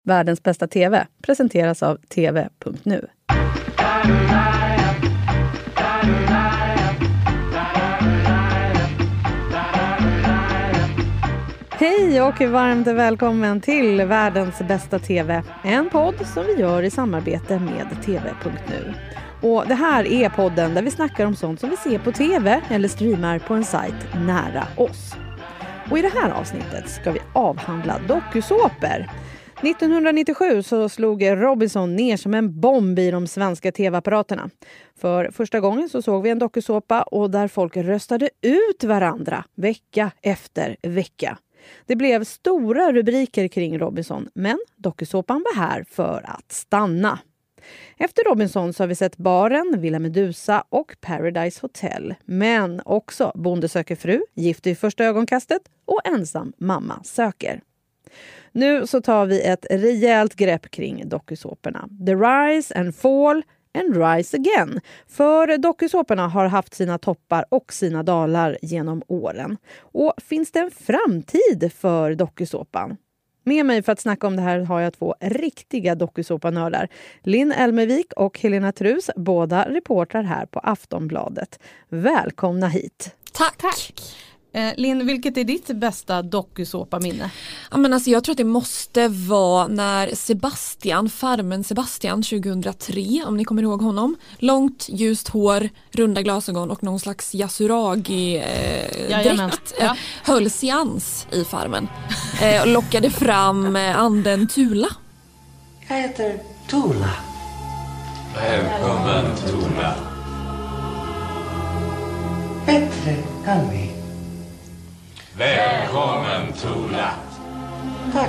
Världens bästa TV presenteras av tv.nu. Hej och varmt välkommen till Världens bästa TV. En podd som vi gör i samarbete med tv.nu. Och det här är podden där vi snackar om sånt som vi ser på tv eller streamar på en sajt nära oss. Och i det här avsnittet ska vi avhandla dokusåpor. 1997 så slog Robinson ner som en bomb i de svenska tv-apparaterna. För första gången så såg vi en dokusåpa och där folk röstade ut varandra vecka efter vecka. Det blev stora rubriker kring Robinson, men dokusåpan var här för att stanna. Efter Robinson så har vi sett Baren, Villa Medusa och Paradise Hotel. Men också Bonde söker fru, Gift i första ögonkastet och Ensam mamma söker. Nu så tar vi ett rejält grepp kring dokusåporna. The Rise and Fall and Rise Again. För dokusåporna har haft sina toppar och sina dalar genom åren. Och finns det en framtid för dokusåpan? Med mig för att snacka om det här har jag två riktiga dokusåpanördar. Linn Elmervik och Helena Trus, båda reportrar här på Aftonbladet. Välkomna hit. Tack. Linn, vilket är ditt bästa dokusåpaminne? Ja, men alltså, jag tror att det måste vara när Farmen Sebastian 2003, om ni kommer ihåg honom. Långt, ljust hår, runda glasögon och någon slags Yasuragi-dräkt. Höll seans i Farmen. Och lockade fram anden Tula. Jag heter Tula. Välkommen, Tula. Bättre kan vi. Välkommen, Tula. Tack.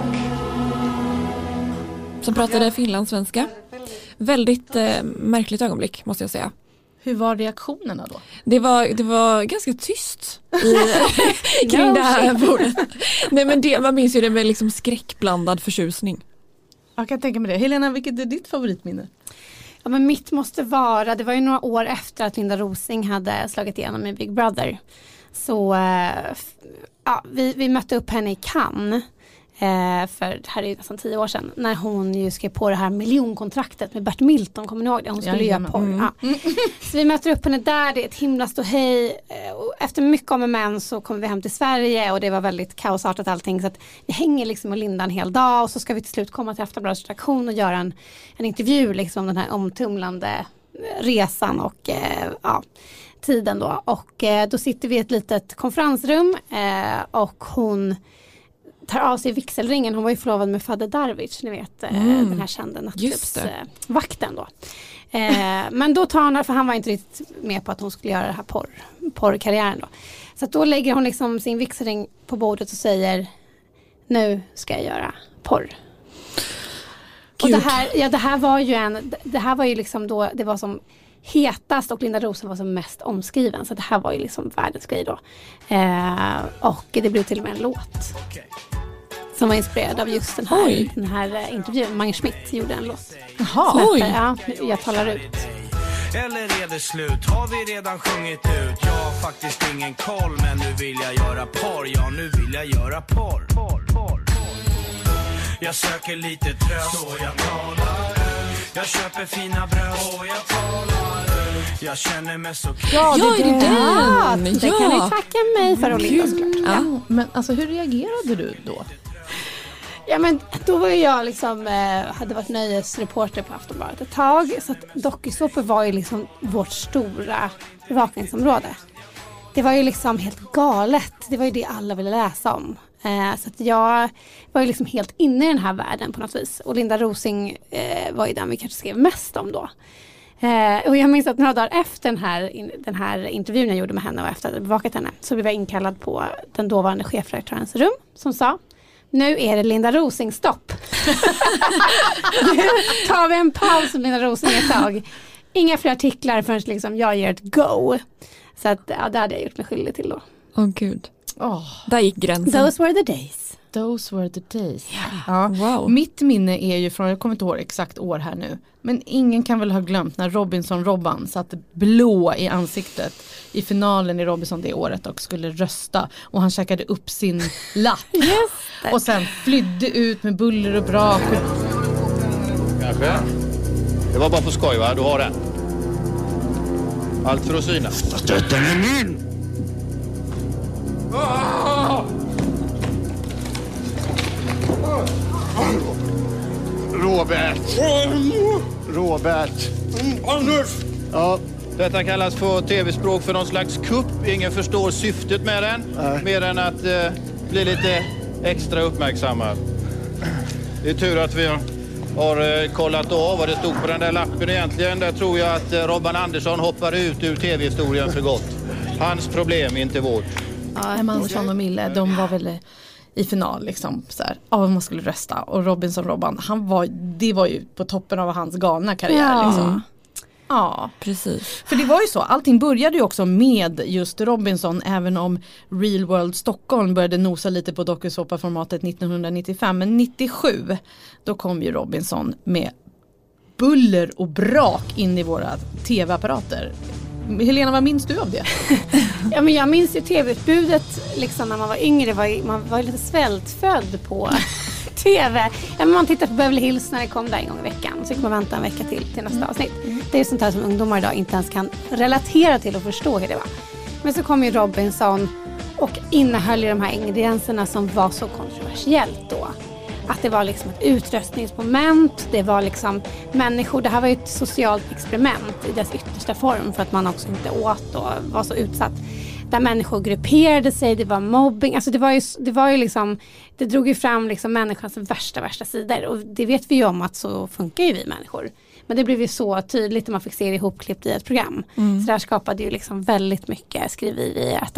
Som pratade finlandssvenska. Väldigt märkligt ögonblick, måste jag säga. Hur var reaktionerna då? Det var ganska tyst kring det här bordet. Nej, men man minns ju det med liksom skräckblandad förtjusning. Jag kan tänka mig det. Helena, vilket är ditt favoritminne? Ja, men mitt måste vara, det var ju några år efter att Linda Rosing hade slagit igenom i Big Brother. Så vi mötte upp henne i Cannes för det här är ju nästan 10 år sedan när hon ju skrev på det här miljonkontraktet med Bert Milton, kommer ni ihåg det? Hon skulle göra porr. Ja. Så vi möter upp henne där, det är ett himla ståhej och efter mycket om och men så kommer vi hem till Sverige och det var väldigt kaosartat allting så att vi hänger liksom med Linda en hel dag och så ska vi till slut komma till Aftonbladets redaktion och göra en intervju liksom om den här omtumlande resan och tiden då. Och då sitter vi i ett litet konferensrum och hon tar av sig vigselringen. Hon var ju förlovad med Fader Darwich, ni vet, den här kända nattklubbsvakten då. Men då tar hon, för han var inte riktigt med på att hon skulle göra det här porrkarriären då. Så att då lägger hon liksom sin vigselring på bordet och säger nu ska jag göra porr. Gud. Och det här var ju liksom då, det var som hetast och Linda Rosing var som mest omskriven. Så det här var ju liksom världens grej då. Och det blev till och med en låt. Som var inspirerad av just den här intervjun. Mange Schmidt gjorde en låt. Jaha. Ja, jag talar ut. Eller är det slut? Har vi redan sjungit ut? Jag har faktiskt ingen koll, men nu vill jag göra porr. Ja, nu vill jag göra porr. Jag söker lite tröst, så jag talar. Jag köper fina bröst, och jag talar. Jag känner mig så kul. Ja, det är den. Det kan ni tacka mig för Olinda såklart. Ja. Men alltså, hur reagerade du då? Ja, men då var jag liksom, hade varit nöjesreporter på Aftonbladet ett tag. Så att dokusåpor var ju liksom vårt stora bevakningsområde. Det var ju liksom helt galet. Det var ju det alla ville läsa om. Så att jag var ju liksom helt inne i den här världen på något vis. Och Linda Rosing var ju den vi kanske skrev mest om då. Och jag minns att några dagar efter den här intervjun jag gjorde med henne och efter att jag bevakat henne så blev jag inkallad på den dåvarande chefredaktörens rum som sa: nu är det Linda Rosing stopp. Nu tar vi en paus med Linda Rosing ett tag. Inga fler artiklar förrän liksom jag ger ett go. Så att, ja, det hade jag gjort mig skyldig till då. Åh gud. Där gick gränsen. Those were the days. Those were the days. Ja. Wow. Mitt minne är ju från, jag kommer inte ihåg exakt år här nu, men ingen kan väl ha glömt när Robinson satte blå i ansiktet i finalen i Robinson det året och skulle rösta, och han checkade upp sin lapp och sen flydde ut med buller och brak. Kanske. Det var bara på skoj, va? Du har den. Allt för att syna. Stötten är min! Robert. Anders! Ja, detta kallas på tv-språk för någon slags kupp. Ingen förstår syftet med den. Mer än att bli lite extra uppmärksammad. Det är tur att vi har kollat av vad det stod på den där lappen egentligen. Där tror jag att Robban Andersson hoppar ut ur tv-historien för gott. Hans problem, inte vårt. Ja, Emma Andersson och Mille, de var väl i final liksom så här, man skulle rösta, och Robban, det var ju på toppen av hans galna karriär liksom. Ja, precis. För det var ju så, allting började ju också med just Robinson, även om Real World Stockholm började nosa lite på dokusåpaformatet 1995, men 97 då kom ju Robinson med buller och brak in i våra tv-apparater. Helena, vad minns du av det? Ja, men jag minns ju tv-utbudet liksom när man var yngre, man var lite svältfödd på tv. Ja, men man tittade på Beverly Hills när det kom där en gång i veckan, så fick man vänta en vecka till nästa avsnitt. Det är ju sånt här som ungdomar idag inte ens kan relatera till och förstå hur det var. Men så kom ju Robinson och innehöll ju de här ingredienserna som var så kontroversiellt då. Att det var liksom ett utröstningsmoment, det var liksom människor, det här var ju ett socialt experiment i dess yttersta form, för att man också inte åt och var så utsatt. Där människor grupperade sig, det var mobbing, alltså det var ju liksom, det drog ju fram liksom människans värsta sidor, och det vet vi ju om att så funkar ju vi människor. Men det blev ju så tydligt när man fick se det ihopklippt i ett program. Så där skapade ju liksom väldigt mycket skriverier att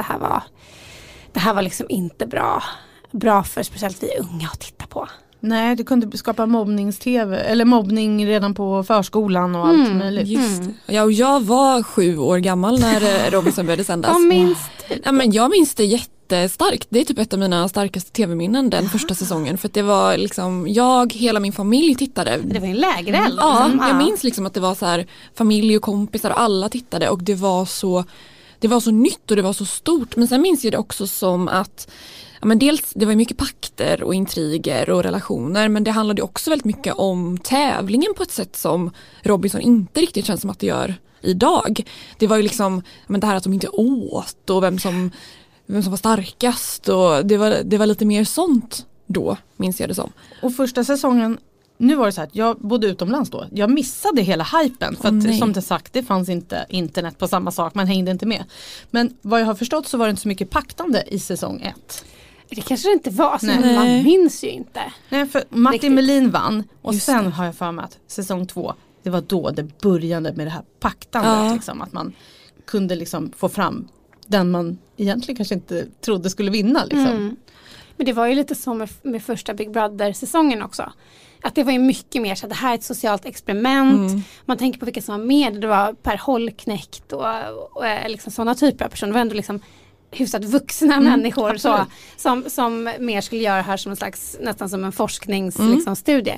det här var liksom inte bra för speciellt vi unga att titta på. Nej, det kunde skapa mobbnings-tv eller mobbning redan på förskolan och allt möjligt. Just. Ja, och jag var 7 år gammal när Robinson började sändas. Ja, men jag minns det jättestarkt. Det är typ ett av mina starkaste tv-minnen den första säsongen, för att det var liksom hela min familj tittade. Det var en lägereld. Ja, jag minns liksom att det var så här familj och kompisar och alla tittade, och det var så nytt och det var så stort. Men sen minns jag det också som att men dels, det var mycket pakter och intriger och relationer, men det handlade också väldigt mycket om tävlingen på ett sätt som Robinson inte riktigt känns som att det gör idag. Det var ju liksom det här att de inte åt och vem som var starkast, och det var lite mer sånt då, minns jag det som. Och första säsongen, nu var det så här att jag bodde utomlands då. Jag missade hela hypen för att som det sagt, det fanns inte internet på samma sak, man hängde inte med. Men vad jag har förstått så var det inte så mycket paktande i säsong 1. Det kanske det inte var, så man minns ju inte. Nej, för Martin Melin vann, och sen har jag för mig att säsong 2, det var då det började med det här paktandet. Liksom, att man kunde liksom få fram den man egentligen kanske inte trodde skulle vinna. Liksom. Men det var ju lite som med första Big Brother-säsongen också. Att det var ju mycket mer så att det här är ett socialt experiment. Man tänker på vilka som var med. Det var Per Holknekt och liksom sådana typer av personer. Det var ändå liksom hyfsat vuxna människor så, som mer skulle göra det här som en slags, nästan som en forskningsstudie.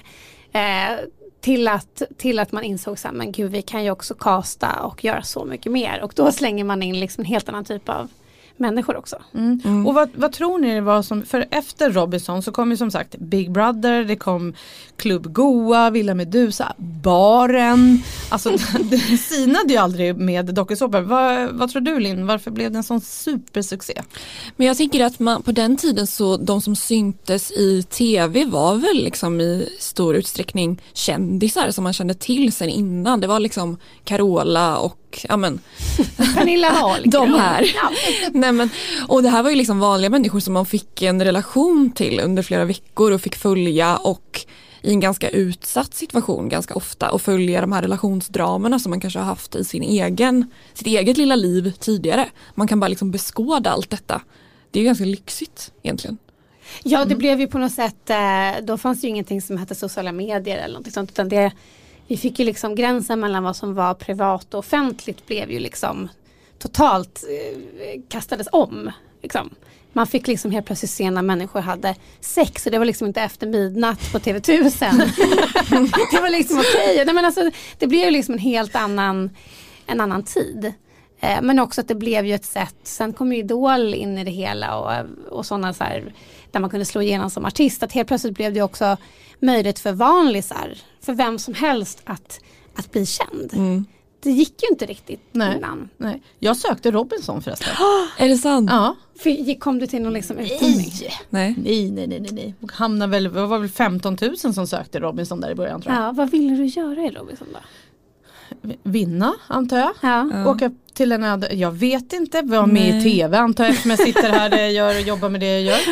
Till att man insåg så här, men gud, vi kan ju också casta och göra så mycket mer. Och då slänger man in liksom en helt annan typ av människor också. Och vad tror ni det var som, för efter Robinson så kom ju som sagt Big Brother, det kom Club Goa, Villa Medusa, Baren, alltså det sinade ju aldrig med dokusåpor. Vad tror du, Linn, varför blev det en sån supersuccé? Men jag tänker att man på den tiden, så de som syntes i tv var väl liksom i stor utsträckning kändisar som man kände till sen innan. Det var liksom Carola och Pernilla Wahlgren. De här. Nej, men, och det här var ju liksom vanliga människor som man fick en relation till under flera veckor och fick följa, och i en ganska utsatt situation ganska ofta, och följa de här relationsdramerna som man kanske har haft i sitt eget lilla liv tidigare. Man kan bara liksom beskåda allt detta. Det är ju ganska lyxigt egentligen. Ja, det blev ju på något sätt, då fanns ju ingenting som hette sociala medier eller något sånt, utan vi fick ju liksom gränsen mellan vad som var privat och offentligt blev ju liksom totalt kastades om liksom. Man fick liksom helt plötsligt se när människor hade sex och det var liksom inte efter midnatt på TV1000. Det var liksom okej. Nej, men alltså, det blev ju liksom en annan tid. Men också att det blev ju ett sätt. Sen kom ju Idol in i det hela och sådana så här, där man kunde slå igenom som artist. Att helt plötsligt blev det också möjligt för vanlisar, för vem som helst att bli känd. Det gick ju inte riktigt innan. Nej. Jag sökte Robinson förresten. Är det sant? Ja. Kom du till någon liksom utbildning? Nej. Hamnade väl, det var väl 15 000 som sökte Robinson där i början, tror jag. Ja, vad ville du göra i Robinson då? Vinna, antar jag. Ja. Åka till en öde. Jag vet inte, vara med i TV, antar jag, eftersom jag sitter här och jobbar med det jag gör.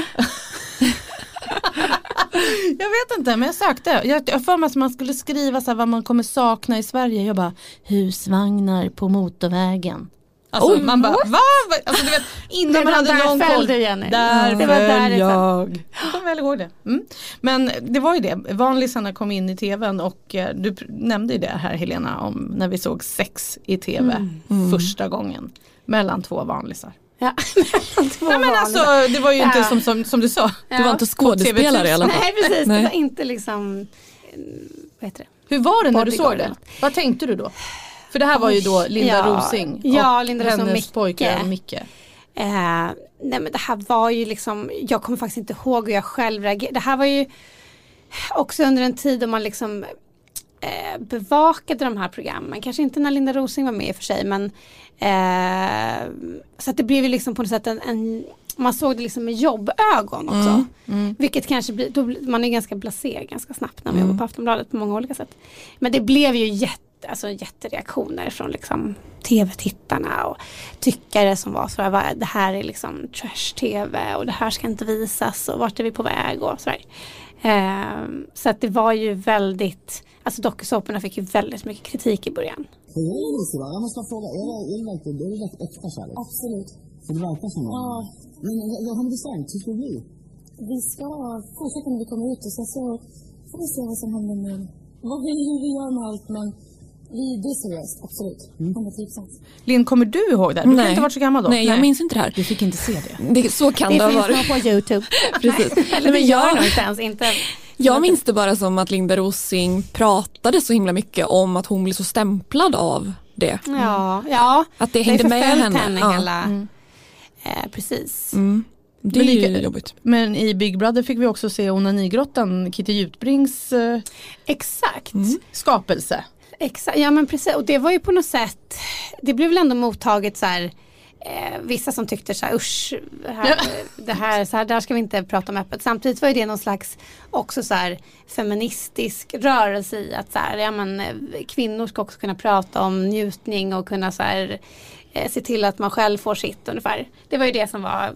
Jag vet inte, men jag sökte. Jag får mig att man skulle skriva så här, vad man kommer sakna i Sverige. Jag bara, husvagnar på motorvägen. Alltså man bara, va? Alltså du vet, innan man hade någon koll. Det var där jag kommer väl ihåg det. Men det var ju det. Vanlisarna kom in i tvn och du nämnde ju det här, Helena, om när vi såg sex i tv första gången mellan två vanlisar. Ja, nej, men alltså, det var ju inte som du sa. Du var inte skådespelare i alla fall. Nej, precis. Nej. Det var inte liksom, vad heter det? Hur var det när du såg det? Vad tänkte du då? För det här var ju då Linda Rosing och Linda Rosing och hennes pojke Micke. Nej, men det här var ju liksom, jag kommer faktiskt inte ihåg hur jag själv reagerade. Det här var ju också under en tid då man liksom bevakade de här programmen. Kanske inte när Linda Rosing var med i och för sig, men så att det blev ju liksom på något sätt man såg det liksom med jobbögon också. Vilket kanske blir, man är ganska blasé ganska snabbt när man jobbar på Aftonbladet på många olika sätt. Men det blev ju jättereaktioner från liksom tv-tittarna och tyckare som var sådär, det här är liksom trash-tv och det här ska inte visas och vart är vi på väg och sådär. Så att det var ju väldigt, alltså dokusåporna fick ju väldigt mycket kritik i början. Jag måste fråga, är det rätt äkta kärlek? Absolut. För det verkar som det. Ja. Men vad har du bestämt? Hur ska det bli? Vi ska fortsätta när vi kommer ut och så får vi se vad som händer med vad vi gör med allt, men det är seriöst, absolut. 100%. Linn, kommer du ihåg det? Du kan inte varit så gammal då. Nej, jag minns inte det här. Du fick inte se det. Så kan det ha varit. Det finns nog på YouTube. Precis. Eller vi gör nog inte ens. Jag minns det bara som att Linda Rosing pratade så himla mycket om att hon blev så stämplad av det. Ja. Att det hängde med henne. Hela. Precis. Det är ju jobbigt. Men i Big Brother fick vi också se onanigrottan, Kitty Jutbrings exakt. Skapelse. Exakt, ja men precis. Och det var ju på något sätt, det blev väl ändå mottaget så här, vissa som tyckte så här, usch, det här, så här, där ska vi inte prata om öppet. Samtidigt var ju det någon slags också så här feministisk rörelse i att så här, ja men kvinnor ska också kunna prata om njutning och kunna så här, se till att man själv får sitt ungefär. Det var ju det som var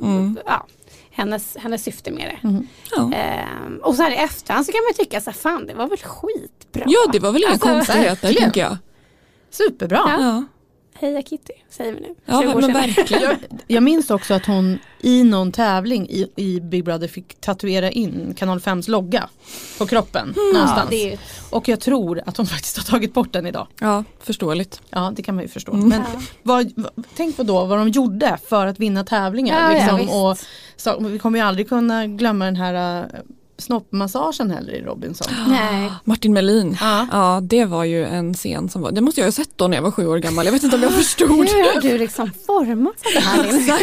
hennes syfte med det. Och så här i efterhand så kan man tycka så här, fan det var väl skitbra. Ja, det var väl inga konstigheter, tänker jag. Superbra. Ja. Heja Kitty, säger vi nu. Ja, men verkligen. Jag minns också att hon i någon tävling i Big Brother fick tatuera in Kanal 5s logga på kroppen någonstans. Ja, och jag tror att hon faktiskt har tagit bort den idag. Ja, förståeligt. Ja, det kan man ju förstå. Men tänk på då vad de gjorde för att vinna tävlingar. Liksom, och så, vi kommer ju aldrig kunna glömma den här snoppmassagen heller i Robinson. Nej. Martin Melin. Ja, det var ju en scen som var, det måste jag ha sett då när jag var 7 år gammal. Jag vet inte om jag förstod. Hur har du liksom format det här?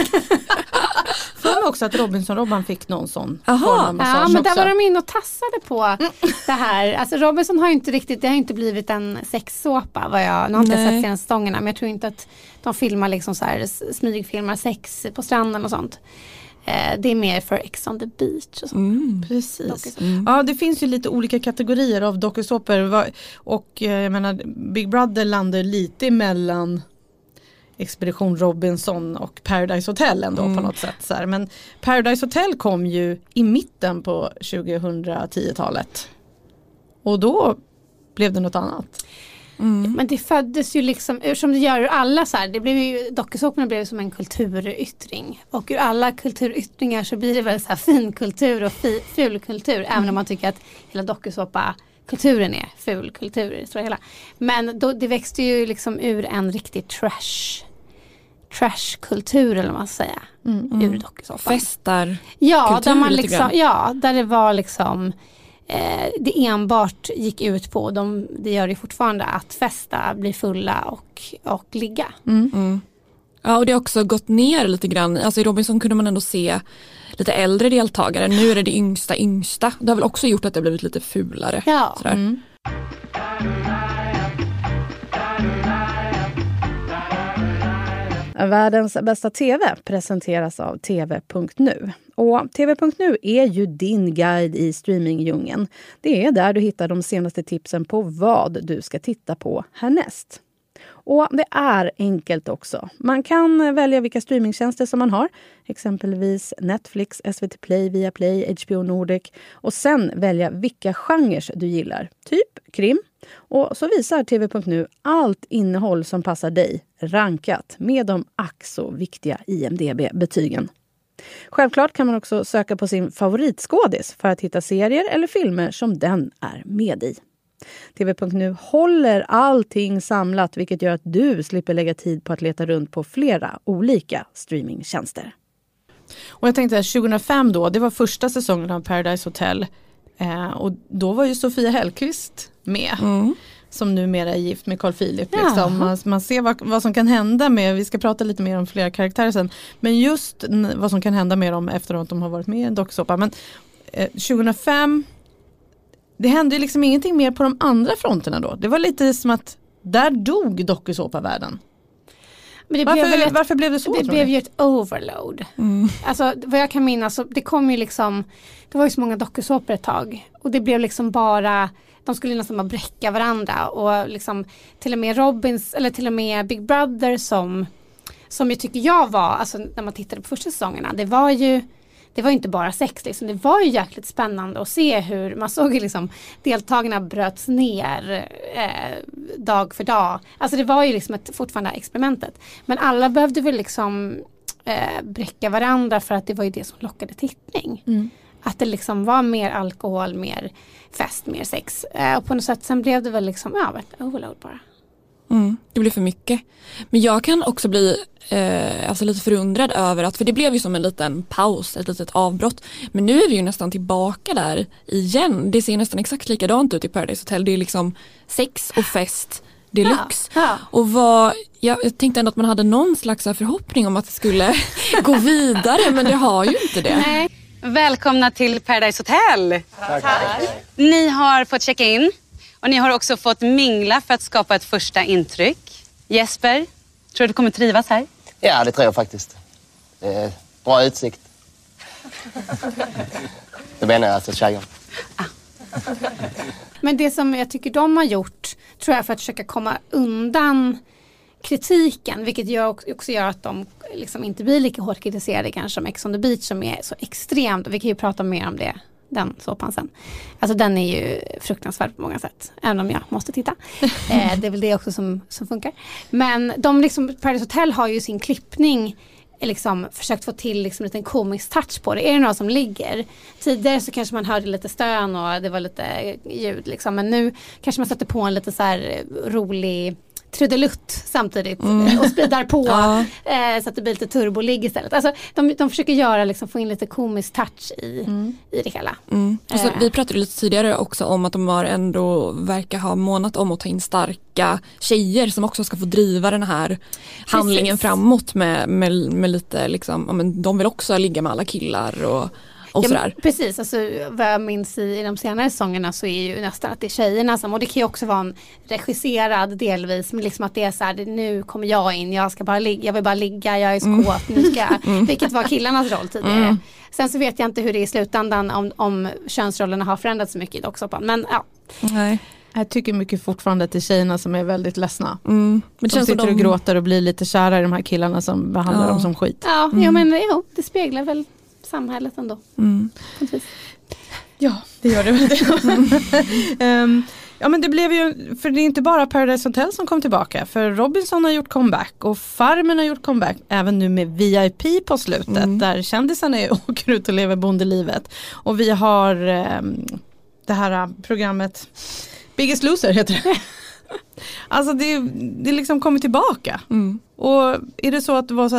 För mig också att Robinson-Robban fick någon sån formamassage. Ja, men där var de in och tassade på det här. Alltså Robinson har ju inte riktigt, det har ju inte blivit en sexsåpa vad jag, nu har inte sett senaste stångerna, men jag tror inte att de filmar liksom så här, smygfilmar sex på stranden och sånt. Det är mer för Ex on the Beach och sånt. Precis. Ja, det finns ju lite olika kategorier av dokusåpor och jag menar Big Brother landar lite mellan Expedition Robinson och Paradise Hotel ändå på något sätt så här. Men Paradise Hotel kom ju i mitten på 2010-talet. Och då blev det något annat. Men det föddes ju liksom, som det gör ur alla så här, det blev ju, dokusåporna blev som en kulturyttring. Och ur alla kulturyttringar så blir det väl så här fin kultur och ful kultur. Även om man tycker att hela dokusåpa-kulturen är ful kultur. Så hela. Men då, det växte ju liksom ur en riktig trash-kultur eller vad man ska säga. ur dokusåpan. Festar. Ja, kultur där man lite liksom, grann. ja, där det var liksom det enbart gick ut på, det gör det fortfarande, att festa, bli fulla och ligga. Ja, och det har också gått ner lite grann. Alltså i Robinson kunde man ändå se lite äldre deltagare. Nu är det yngsta. Det har väl också gjort att det har blivit lite fulare. Ja. Världens bästa TV presenteras av TV.nu. Och TV.nu är ju din guide i streamingdjungeln. Det är där du hittar de senaste tipsen på vad du ska titta på härnäst. Och det är enkelt också. Man kan välja vilka streamingtjänster som man har. Exempelvis Netflix, SVT Play, Viaplay, HBO Nordic. Och sen välja vilka genrer du gillar. Typ krim. Och så visar TV.nu allt innehåll som passar dig. Rankat med de ack så viktiga IMDb-betygen. Självklart kan man också söka på sin favoritskådis för att hitta serier eller filmer som den är med i. TV.nu håller allting samlat, vilket gör att du slipper lägga tid på att leta runt på flera olika streamingtjänster. Och jag tänkte att 2005 då, det var första säsongen av Paradise Hotel. Och då var ju Sofia Hellqvist med. Som numera är gift med Carl Philip. Liksom. Man ser vad som kan hända med, vi ska prata lite mer om flera karaktärer sen. Men just vad som kan hända med dem efter att de har varit med i en dokusåpa. Men 2005... Det hände ju liksom ingenting mer på de andra fronterna då. Det var lite som att där dog dokusåpavärlden. Men varför blev det så? Det blev ju ett overload. Alltså vad jag kan minnas, det kom ju liksom, det var ju så många dokusåpor ett tag. Och det blev liksom bara, de skulle nästan bara bräcka varandra. Och liksom till och med Robins, eller till och med Big Brother som jag tycker jag var, alltså när man tittade på första säsongerna, det var ju inte bara sex liksom. Det var ju jäkligt spännande att se hur man såg liksom deltagarna bröts ner dag för dag. Alltså det var ju liksom fortfarande experimentet. Men alla behövde väl liksom bräcka varandra för att det var ju det som lockade tittning. Att det liksom var mer alkohol, mer fest, mer sex. Och på något sätt sen blev det väl liksom ett overload bara. Det blir för mycket. Men jag kan också bli alltså lite förundrad över att, för det blev ju som en liten paus, ett litet avbrott. Men nu är vi ju nästan tillbaka där igen. Det ser nästan exakt likadant ut i Paradise Hotel. Det är liksom sex och fest deluxe. Och jag tänkte ändå att man hade någon slags förhoppning om att det skulle gå vidare, men det har ju inte det. Nej. Välkomna till Paradise Hotel. Tack. Ni har fått checka in. Och ni har också fått mingla för att skapa ett första intryck. Jesper, tror du kommer trivas här? Ja, det tror jag faktiskt. Bra utsikt. Det menar jag alltså tjejer. Men det som jag tycker de har gjort, tror jag, för att försöka komma undan kritiken, vilket också gör att de liksom inte blir lika hårt kritiserade kanske som Ex on the Beach, som är så extremt, och vi kan ju prata mer om det, den såpan sen. Alltså den är ju fruktansvärd på många sätt, även om jag måste titta. Det är väl det också som funkar. Men de liksom, Paradise Hotel har ju sin klippning liksom försökt få till liksom en liten komisk touch på det. Är det några som ligger? Tidigare så kanske man hörde lite stön och det var lite ljud liksom, men nu kanske man sätter på en lite så här rolig trudelutt samtidigt och spridar på så att det blir lite turboligg istället. Alltså de försöker göra liksom, få in lite komisk touch i det hela. Alltså, vi pratade lite tidigare också om att de har ändå verkar ha månat om att ta in starka tjejer som också ska få driva den här handlingen framåt med lite liksom, men de vill också ligga med alla killar och sådär. Precis, alltså, vad jag minns i de senare säsongerna så är ju nästan att det är tjejerna som, och det kan ju också vara en regisserad delvis, men liksom att det är så här, nu kommer jag in, jag vill bara ligga, jag är så kåt, nu ska jag, vilket var killarnas roll tidigare. Sen så vet jag inte hur det är i slutändan om könsrollerna har förändrats så mycket också, men ja. Nej. Jag tycker mycket fortfarande att det är tjejerna som är väldigt ledsna. Men de sitter och gråter och blir lite kära i de här killarna som behandlar dem som skit. Ja, det speglar väl samhället ändå. Ja, det gör det väl. Ja, men det blev ju, för det är inte bara Paradise Hotel som kom tillbaka, för Robinson har gjort comeback och Farmen har gjort comeback även nu med VIP på slutet, där kändisarna åker ut och lever bondelivet. Och vi har det här programmet Biggest Loser heter det. Alltså det liksom kommer tillbaka. Och är det så att det var så att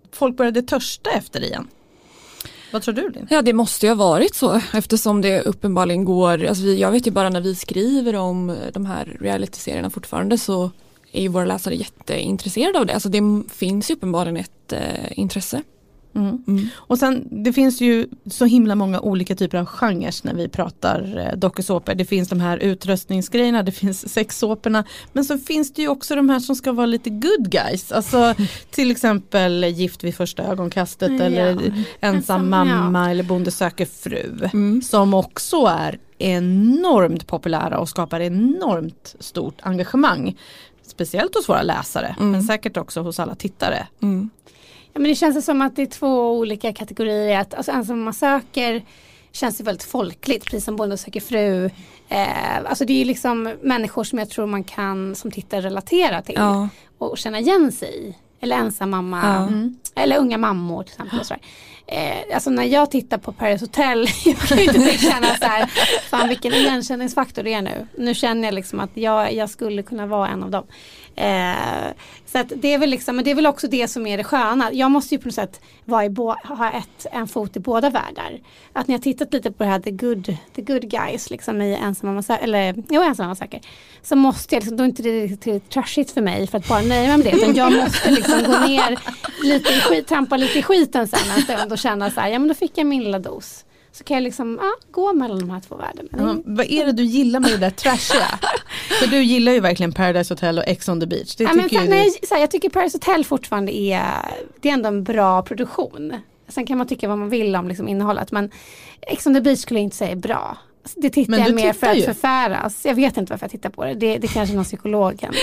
folk började törsta efter igen. Vad tror du, Linn? Ja, det måste ju ha varit så eftersom det uppenbarligen går, alltså jag vet ju bara när vi skriver om de här reality-serierna fortfarande så är ju våra läsare jätteintresserade av det. Alltså det finns ju uppenbarligen ett intresse. Och sen det finns ju så himla många olika typer av genrer när vi pratar dokusåpor. Det finns de här utröstningsgrejerna, det finns sexsåporna, men så finns det ju också de här som ska vara lite good guys. Alltså till exempel Gift vid första ögonkastet eller Ensam mamma eller Bonde söker fru som också är enormt populära och skapar enormt stort engagemang. Speciellt hos våra läsare men säkert också hos alla tittare. Ja, men det känns som att det är två olika kategorier. Alltså Ensam mamma söker känns ju väldigt folkligt, precis som Bonde söker fru. Alltså det är ju liksom människor som jag tror man kan som tittar relatera till och känna igen sig i. Eller ensam mamma, eller unga mammor till exempel. Och så alltså när jag tittar på Paradise Hotel, jag kan ju inte känna så här, fan vilken igenkänningsfaktor det är nu. Nu känner jag liksom att jag skulle kunna vara en av dem. Så att det är väl liksom, men det är väl också det som är det sköna. Jag måste ju på något sätt ha en fot i båda världar. Att när jag tittat lite på det här the good guys liksom i Ensam mamma söker, så måste jag liksom, då är inte det till trashigt för mig för att bara nöja mig med det, utan jag måste liksom gå ner lite i skit, trampa lite i skiten sen en stund och känna så här, ja men då fick jag min lilla dos. Så kan jag liksom gå mellan de här två världarna. Vad är det du gillar med det där trashiga? För du gillar ju verkligen Paradise Hotel och Ex on the Beach. Det jag tycker Paradise Hotel fortfarande det är ändå en bra produktion. Sen kan man tycka vad man vill om liksom innehållet. Men Ex on the Beach skulle jag inte säga är bra. Det tittar jag mer för att förfäras. Jag vet inte varför jag tittar på det. Det kanske någon psykolog kan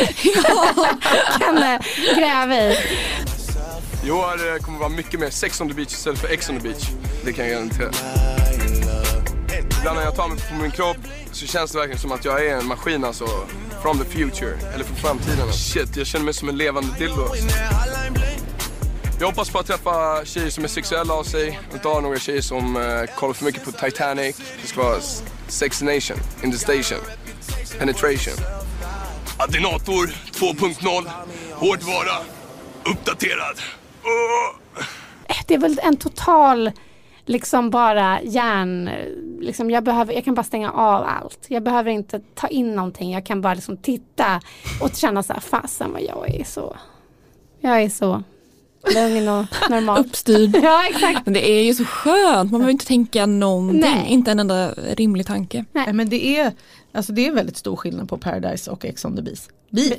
gräva i. I år kommer det vara mycket mer Sex on the Beach istället för Ex on the Beach. Det kan jag garantera. Ibland när jag tar mig på min kropp så känns det verkligen som att jag är en maskin, alltså from the future, eller från framtiden. Shit, jag känner mig som en levande dildo. Jag hoppas på att träffa tjejer som är sexuella av sig. Inte ha några tjejer som kollar för mycket på Titanic. Det ska vara sexination, in the station, penetration. Adinator 2.0, hårdvara, uppdaterad. Det är väl en total liksom bara liksom jag kan bara stänga av allt. Jag behöver inte ta in någonting. Jag kan bara liksom titta och känna så här, fasen vad jag är så lugn och normal. Uppstyrd. Ja, exakt. Men det är ju så skönt. Man behöver inte tänka någonting. Nej. Inte en enda rimlig tanke. Nej, men det är väldigt stor skillnad på Paradise och Ex on the Beach.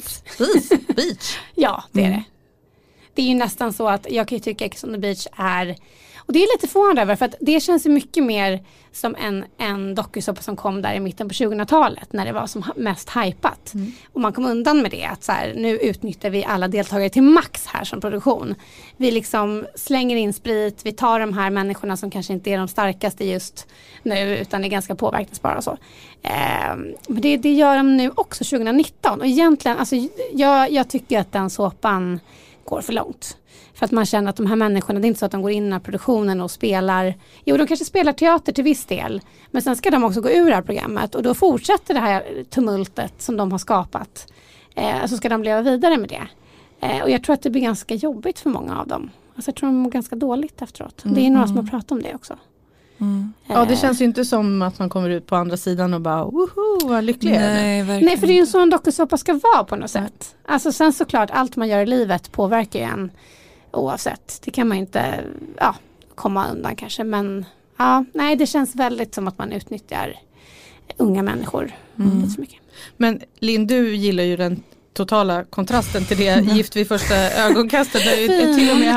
Beach. Ja, det är det. Det är ju nästan så att jag kan ju tycka Ex on the Beach är, och det är lite förvånande över, för att det känns ju mycket mer som en dokusåpa som kom där i mitten på 2000-talet när det var som mest hypat. Och man kom undan med det, att så här, nu utnyttjar vi alla deltagare till max här som produktion. Vi liksom slänger in sprit, vi tar de här människorna som kanske inte är de starkaste just nu utan är ganska påverkningsbara och så. Men det gör de nu också 2019, och egentligen, alltså jag tycker att den såpan går för långt. För att man känner att de här människorna, det är inte så att de går in i den här produktionen och spelar, jo de kanske spelar teater till viss del, men sen ska de också gå ur det här programmet och då fortsätter det här tumultet som de har skapat. Så ska de leva vidare med det. Och jag tror att det blir ganska jobbigt för många av dem. Alltså jag tror de mår ganska dåligt efteråt. Det är några som har pratat om det också. Ja, det känns ju inte som att man kommer ut på andra sidan och bara woho, vad lycklig. Nej, för det är ju en sån dokusåpa ska vara på något sätt. Alltså sen såklart, allt man gör i livet påverkar ju en oavsett. Det kan man inte komma undan kanske, men nej, det känns väldigt som att man utnyttjar unga människor lite så mycket. Men Linn, du gillar ju den totala kontrasten till det Gift vid första ögonkastet. Du har till och med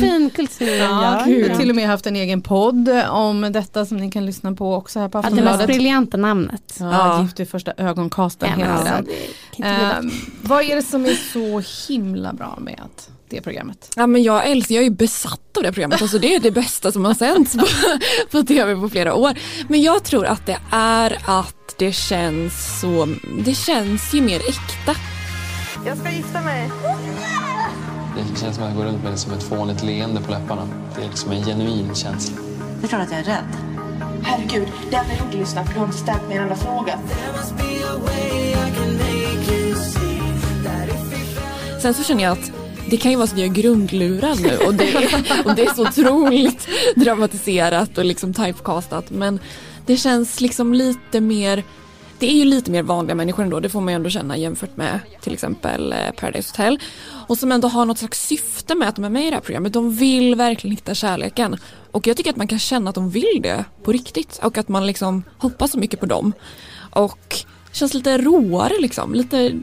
haft en egen podd om detta som ni kan lyssna på också här på Aftonbladet. Det mest briljanta namnet. Gift vid första ögonkasten heter den. Vad är det som är så himla bra med det programmet? Ja, men jag är ju besatt av det programmet. Alltså det är det bästa som har sänds på tv på flera år. Men jag tror att det är att det känns ju mer äkta. Jag ska gifta mig. Det känns som att jag går runt med det som ett fånigt leende på läpparna. Det är liksom en genuin känsla. Det är klart att jag är rädd. Herregud, det är inte lyssna för du har inte ställt mig en enda fråga. Sen så känner jag att det kan ju vara så att jag är grundlurad nu och det är så otroligt dramatiserat och liksom typecastat, men det känns liksom lite mer, det är ju lite mer vanliga människor ändå, det får man ju ändå känna jämfört med till exempel Paradise Hotel, och som ändå har något slags syfte med att de är med i det här programmet. De vill verkligen hitta kärleken, och jag tycker att man kan känna att de vill det på riktigt, och att man liksom hoppas så mycket på dem, och det känns lite råare liksom,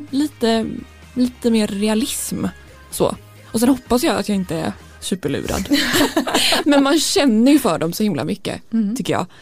lite mer realism så. Och sen hoppas jag att jag inte är superlurad. Men man känner ju för dem så himla mycket, tycker jag.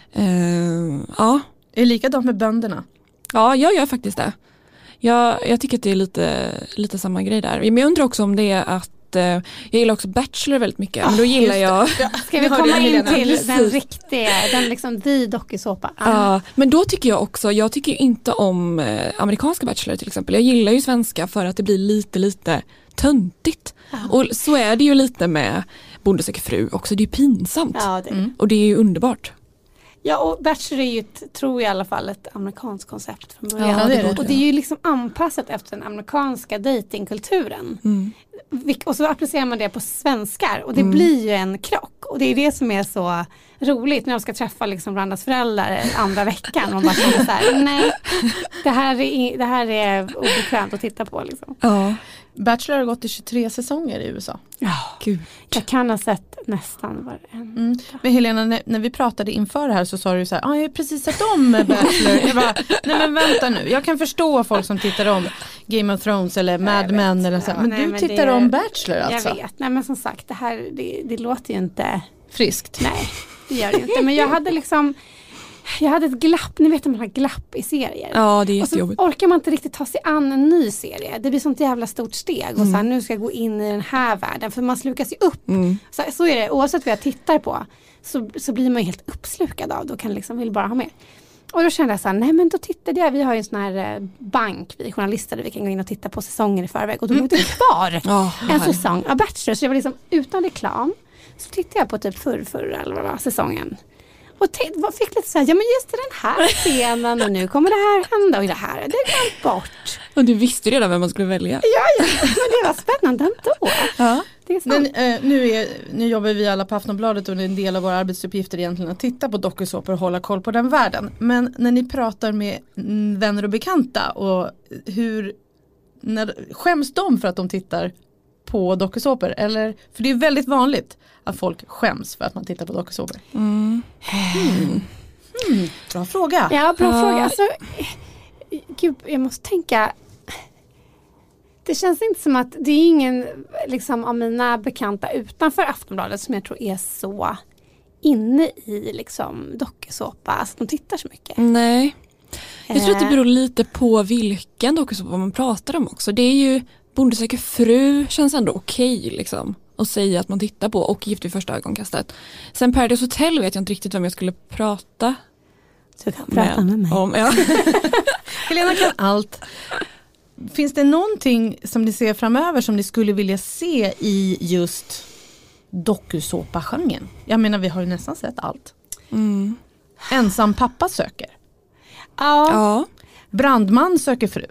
Ja. Är det likadant med bönderna? Ja, jag gör faktiskt det. Jag tycker att det är lite samma grej där. Men jag undrar också om det är att jag gillar också Bachelor väldigt mycket. Men då gillar jag... Ska vi komma in till den riktiga, den liksom dokusåpa? Ja, men då tycker jag tycker inte om amerikanska Bachelor till exempel. Jag gillar ju svenska för att det blir lite töntigt. Och så är det ju lite med Bonde söker fru också. Det är ju pinsamt. Ja, och det är ju underbart. Ja, och Bachelor är ju, tror jag i alla fall, ett amerikanskt koncept från början. Ja, det är det. Och det är ju liksom anpassat efter den amerikanska datingkulturen. Och så applicerar man det på svenskar, och det blir ju en krock. Och det är det som är så roligt när de ska träffa liksom varandras föräldrar andra veckan. Man bara känner så här, nej, det här är obekvämt att titta på liksom. Ja. Bachelor har gått i 23 säsonger i USA. Ja, gud. Jag kan ha sett nästan varenda. Men Helena, när vi pratade inför det här så sa du så här, jag har precis sett om Bachelor. Jag bara, nej men vänta nu, jag kan förstå folk som tittar om Game of Thrones eller Mad Men eller så. Men du tittar om Bachelor alltså? Jag vet, nej men som sagt, det här, det låter ju inte friskt. Nej, det gör det inte. Men jag hade ett glapp, ni vet att man har glapp i serier. Ja, det är jättejobbigt. Och så orkar man inte riktigt ta sig an en ny serie. Det blir sånt jävla stort steg. Och så här, nu ska jag gå in i den här världen. För man slukas ju upp. Så är det, oavsett vad jag tittar på. Så blir man ju helt uppslukad av det. Och kan liksom, vill bara ha med. Och då kände jag så här, nej men då tittade jag. Vi har ju en sån här bank, vi journalister, där vi kan gå in och titta på säsonger i förväg. Och då låg det kvar en säsong av Bachelor. Så jag var liksom utan reklam. Så tittade jag på typ förra eller vad var säsongen. Och fick lite så här, ja men just den här scenen och nu kommer det här hända och det här, det är glömt bort. Och du visste redan vem man skulle välja. Ja, men det var spännande ändå. Ja. Det är sant. Men nu jobbar vi alla på Aftonbladet och en del av våra arbetsuppgifter egentligen att titta på dokusåpor och hålla koll på den världen. Men när ni pratar med vänner och bekanta och skäms de för att de tittar på dokusåpor? Eller, för det är väldigt vanligt att folk skäms för att man tittar på dokusåpor. Bra fråga. Ja, bra fråga. Alltså, gud, jag måste tänka. Det känns inte som att det är ingen liksom, av mina bekanta utanför Aftonbladet som jag tror är så inne i liksom, dokusåpa. Alltså att de tittar så mycket. Nej. Jag tror att det beror lite på vilken dokusåpa man pratar om också. Det är ju Bonde söker fru känns ändå okej liksom. Och säga att man tittar på, och Gift vid första ögonkastet. Sen Paradise Hotel vet jag inte riktigt vem jag skulle prata. Du kan prata med mig. Ja. Helena kan allt. Finns det någonting som ni ser framöver som ni skulle vilja se i just dokusåpa-genren? Jag menar, vi har ju nästan sett allt. Ensam pappa söker. Ja. Brandman söker fru.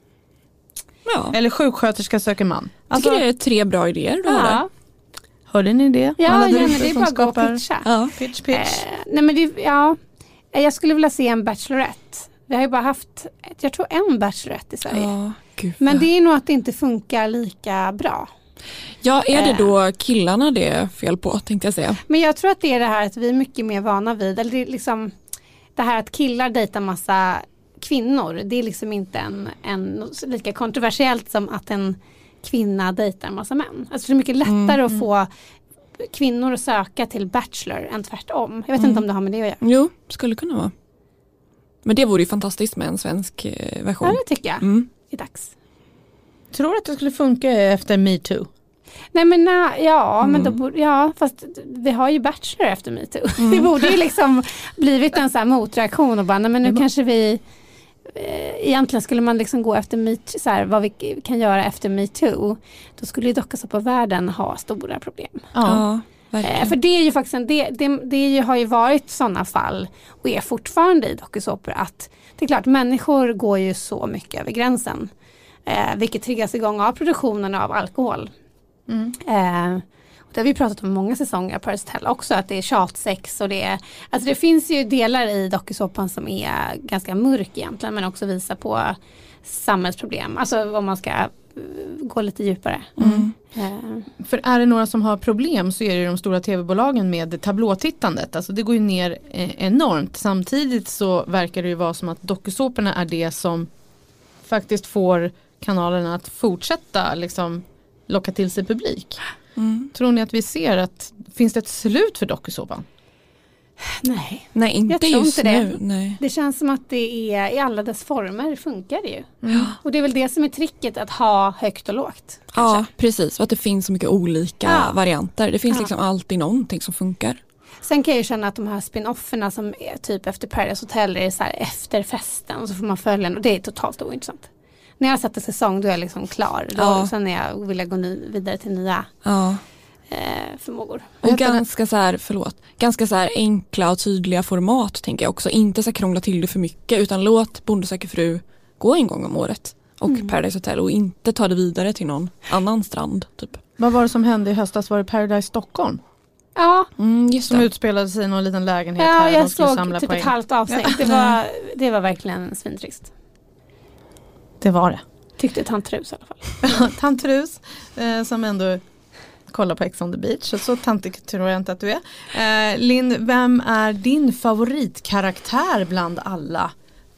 Ja. Eller sjuksköterska söker man. Jag tycker det är 3 bra idéer. Ja. Hörde ni det? Ja, men det är bara att gå och pitcha. Ja. Pitch. Nej, men jag skulle vilja se en Bachelorette. Vi har ju bara haft, jag tror, en Bachelorette i Sverige. Ja, gud. Men det är nog att det inte funkar lika bra. Ja, är det då killarna det är fel på, tänkte jag säga. Men jag tror att det är det här att vi är mycket mer vana vid, eller det är liksom det här att killar dejtar massa kvinnor. Det är liksom inte en lika kontroversiellt som att en kvinna dejtar en massa män. Alltså det är mycket lättare att få kvinnor att söka till Bachelor än tvärtom. Jag vet inte om det har med det att göra. Jo, skulle kunna vara. Men det vore ju fantastiskt med en svensk version. Ja, det tycker jag. Det är dags. Tror du att det skulle funka efter Me Too? Nej men men då borde, fast vi har ju Bachelor efter Me Too. Det borde ju liksom blivit en sån här motreaktion och bara, nej men nu kanske vi egentligen skulle man liksom gå efter Me Too, så här, vad vi kan göra efter Me Too. Då skulle ju dokusåpa-världen ha stora problem. Ja, verkligen. För det är ju faktiskt det har ju varit sådana fall och är fortfarande i dokusåpor att det är klart, människor går ju så mycket över gränsen. Vilket triggas igång av produktionen av alkohol. Det har vi pratat om många säsonger på Paradise Hotel också, att det är tjatsex och det finns ju delar i dokusåpan som är ganska mörk egentligen, men också visar på samhällsproblem. Alltså om man ska gå lite djupare. För är det några som har problem så är det de stora tv-bolagen med tablåtittandet. Alltså det går ju ner enormt. Samtidigt så verkar det ju vara som att dokusåporna är det som faktiskt får kanalerna att fortsätta liksom locka till sig publik. Tror ni att vi ser att finns det ett slut för dokusåpan? Nej, inte just nu. Nej. Det känns som att det är i alla dess former funkar det ju. Och det är väl det som är tricket, att ha högt och lågt. Kanske. Ja, precis. Och att det finns så mycket olika varianter. Det finns liksom alltid någonting som funkar. Sen kan jag ju känna att de här spin-offerna som är typ efter Paradise Hotel är så här efter festen och så får man följa den, och det är totalt ointressant. När jag har sett en säsong då är jag liksom klar. Sen vill jag gå vidare till nya förmågor. Och ganska så här enkla och tydliga format tänker jag också. Inte så krångla till det för mycket, utan låt Bonde söker fru gå en gång om året. Och Paradise Hotel, och inte ta det vidare till någon annan strand typ. Vad var det som hände i höstas? Var det Paradise Stockholm? Ja. Just som utspelade sig i någon liten lägenhet här. Ja, jag såg typ ett halvt avsnitt. Det var verkligen svintrist. Det var det. Tyckte Tant Trus i alla fall. Tant Trus som ändå kollar på Ex on the Beach. Så tantig tror jag inte att du är. Linn, vem är din favoritkaraktär bland alla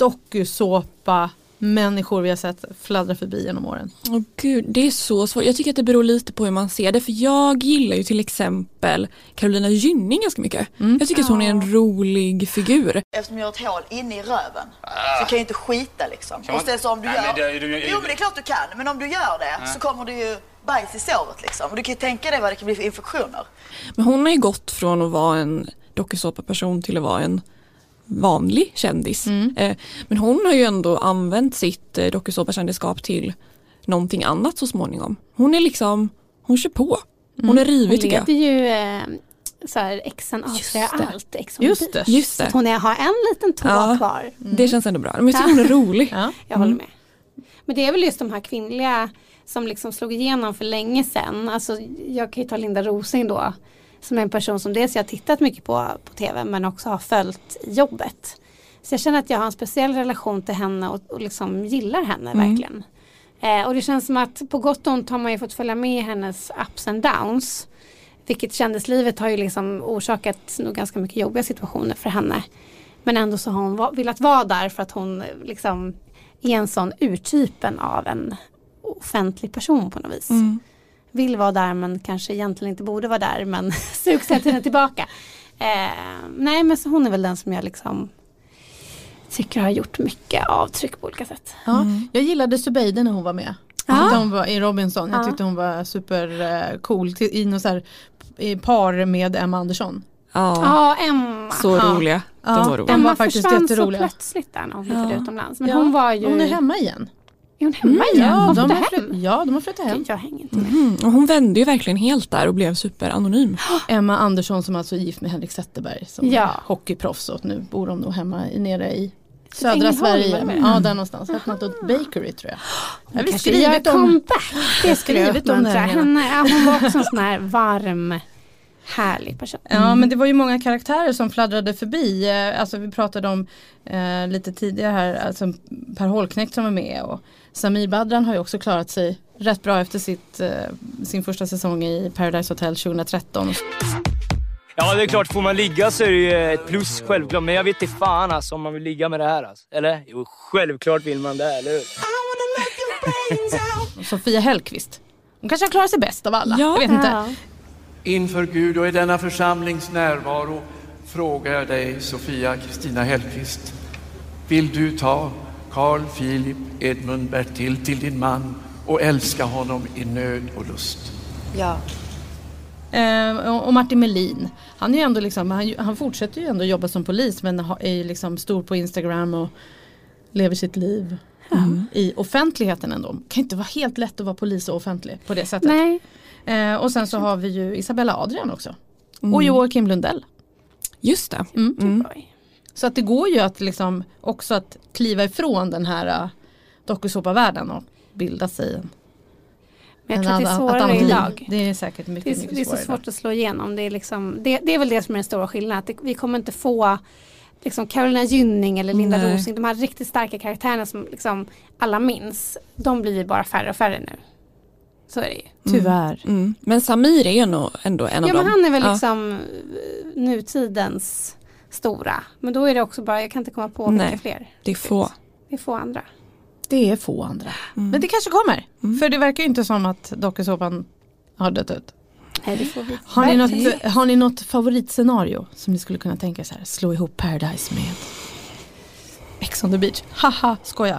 dokusåpa människor vi har sett fladdra förbi genom åren? Gud, det är så svårt. Jag tycker att det beror lite på hur man ser det. För jag gillar ju till exempel Carolina Gynning ganska mycket. Jag tycker att hon är en rolig figur. Eftersom jag har ett hål inne i röven så kan jag inte skita liksom. Och så om du gör... Jo, men det är klart du kan. Men om du gör det så kommer du ju bajs i såret liksom. Och du kan ju tänka dig vad det kan bli för infektioner. Men hon har ju gått från att vara en dokusåpa-person till att vara en vanlig kändis. Men hon har ju ändå använt sitt dokusåpakändisskap till någonting annat så småningom. Hon är liksom, hon kör på. Hon är rivig tycker jag. Hon leder ju så här Exen avslöjar allt. Just det. Så hon har en liten tå kvar. Det känns ändå bra. Men jag tycker hon är rolig. Jag håller med. Men det är väl just de här kvinnliga som liksom slog igenom för länge sedan. Alltså jag kan ju ta Linda Rosing då. Som är en person som dels jag har tittat mycket på tv, men också har följt jobbet. Så jag känner att jag har en speciell relation till henne och liksom gillar henne verkligen. Och det känns som att på gott och ont har man ju fått följa med hennes ups and downs. Vilket kändislivet har ju liksom orsakat nog ganska mycket jobbiga situationer för henne. Men ändå så har hon velat vara där för att hon liksom är en sån urtypen av en offentlig person på något vis. Vill vara där men kanske egentligen inte borde vara där, men sugs hela tiden tillbaka. Nej, men så hon är väl den som jag liksom tycker har gjort mycket avtryck på olika sätt. Jag gillade Zubeide när hon var med. Hon var i Robinson. Jag tyckte hon var super cool i något så här i par med Emma Andersson. Emma. Så roliga. De var roliga. Emma faktiskt jätteroliga. Så plötsligt där när hon flyttade utomlands. Men hon var ju... Hon är hemma igen. Är hon hemma igen? De har flyttat hem. Jag hänger inte med. Och hon vände ju verkligen helt där och blev superanonym. Emma Andersson som alltså är gift med Henrik Zetterberg som är hockeyproffs, och nu bor de nog hemma nere i södra Sverige. Ja, där någonstans. Något bakery tror jag. Jag vill skrivit om comeback. Det skulle jag uppmuntra henne. Hon var också en sån här varm, härlig person. Ja, men det var ju många karaktärer som fladdrade förbi. Alltså vi pratade om lite tidigare här, alltså Per Holknekt som var med, och Samir Badran har ju också klarat sig rätt bra efter sin första säsong i Paradise Hotel 2013. Ja, det är klart, får man ligga så är det ju ett plus självklart. Men jag vet inte fan alltså, om man vill ligga med det här alltså. Eller? Jo, självklart vill man det, eller hur? Sofia Hellqvist. Hon kanske har klarat sig bäst av alla. Jag vet inte. Inför Gud och i denna församlings närvaro frågar jag dig, Sofia Kristina Hellqvist. Vill du ta Carl Philip Edmund Bertil till din man och älska honom i nöd och lust? Ja. Och Martin Melin, han är ju ändå liksom, han fortsätter ju ändå jobba som polis, men är ju liksom stor på Instagram och lever sitt liv i offentligheten ändå. Kan inte vara helt lätt att vara polis och offentlig på det sättet. Nej. Och sen så har vi ju Isabella Adrian också. Och Joakim Lundell. Just det. Så att det går ju att liksom också att kliva ifrån den här dokusåpa-världen och bilda sig en. Men jag tror att det är svårare idag. Det är säkert mycket svårare. Det är så svårt att slå igenom. Det är, liksom, det är väl det som är den stora skillnaden. Vi kommer inte få liksom Carolina Gynning eller Linda Rosing, de här riktigt starka karaktärerna som liksom alla minns, de blir bara färre och färre nu. Så är det ju. Tyvärr. Men Samir är nog ändå en av dem. Ja, men han är väl liksom nutidens stora. Men då är det också bara, jag kan inte komma på vilka fler. Det är få. Det är få andra. Det är få andra. Men det kanske kommer. För det verkar ju inte som att dokusåpan har dött ut. Nej, det får vi. Har ni något favoritscenario som ni skulle kunna tänka så här, slå ihop Paradise med Ex on the beach? Haha, skoja.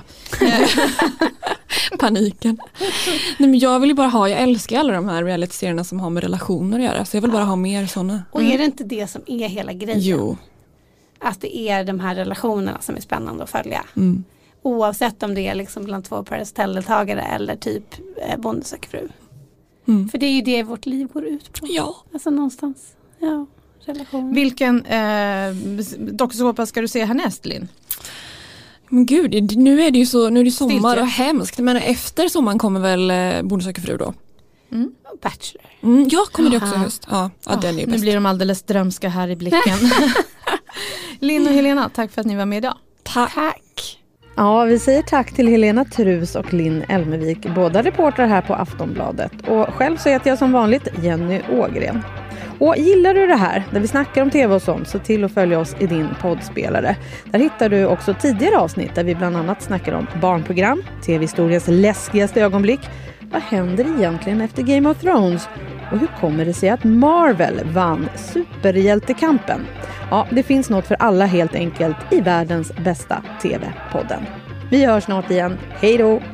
Paniken. Nej, men jag vill ju bara jag älskar alla de här reality-serierna som har med relationer att göra. Så jag vill bara ha mer sådana. Och är det inte det som är hela grejen? Jo. Att det är de här relationerna som är spännande att följa. Oavsett om det är liksom bland 2 Paradise Hotel-deltagare eller typ Bonde söker fru. För det är ju det vårt liv går ut på. Ja. Alltså någonstans. Ja, relationer. Vilken dokusåpa ska du se härnäst, Linn? Men gud, nu är det sommar och hemskt. Men efter sommaren kommer väl Bonde söker fru då? Bachelor. Ja, kommer det också i höst. Ja, den är nu blir de alldeles drömska här i blicken. Linn och Helena, tack för att ni var med idag. Tack. Ja, vi säger tack till Helena Trus och Linn Elmevik, båda reportrar här på Aftonbladet. Och själv så heter jag som vanligt Jenny Ågren. Och gillar du det här, där vi snackar om tv och sånt, så till att följa oss i din poddspelare. Där hittar du också tidigare avsnitt där vi bland annat snackar om barnprogram, tv-historiens läskigaste ögonblick. Vad händer egentligen efter Game of Thrones? Och hur kommer det sig att Marvel vann superhjältekampen? Ja, det finns något för alla helt enkelt i världens bästa tv-podden. Vi hörs snart igen. Hej då!